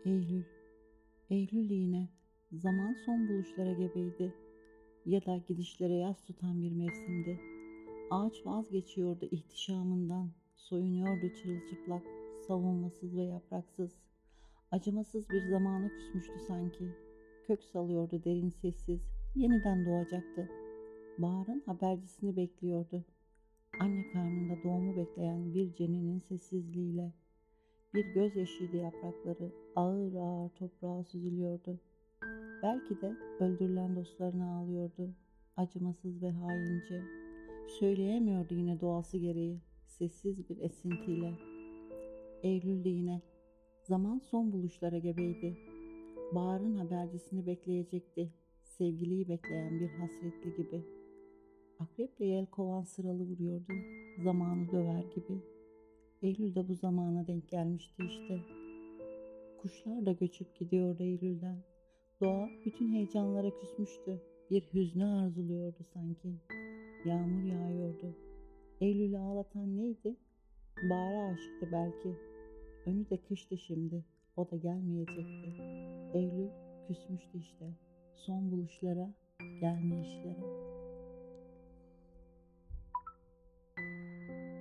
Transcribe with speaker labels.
Speaker 1: Eylül, Eylül yine. Zaman son buluşlara gebeydi. Ya da gidişlere yas tutan bir mevsimdi. Ağaç vazgeçiyordu ihtişamından. Soyunuyordu çırılçıplak, savunmasız ve yapraksız. Acımasız bir zamana küsmüştü sanki. Kök salıyordu derin sessiz. Yeniden doğacaktı. Baharın habercisini bekliyordu. Anne karnında doğumu bekleyen bir ceninin sessizliğiyle. Bir gözyaşıydı yaprakları, ağır ağır toprağa süzülüyordu. Belki de öldürülen dostlarını ağlıyordu, acımasız ve haince. Söyleyemiyordu yine doğası gereği, sessiz bir esintiyle. Eylül'de yine, zaman son buluşlara gebeydi. Baharın habercisini bekleyecekti, sevgiliyi bekleyen bir hasretli gibi. Akreple yelkovan sıralı vuruyordu, zamanı döver gibi. Eylül de bu zamana denk gelmişti işte. Kuşlar da göçüp gidiyordu Eylül'den. Doğa bütün heyecanlara küsmüştü. Bir hüznü arzuluyordu sanki. Yağmur yağıyordu. Eylül'ü ağlatan neydi? Bahara aşıktı belki. Önü de kıştı şimdi. O da gelmeyecekti. Eylül küsmüştü işte. Son buluşlara, gelmeyişlere.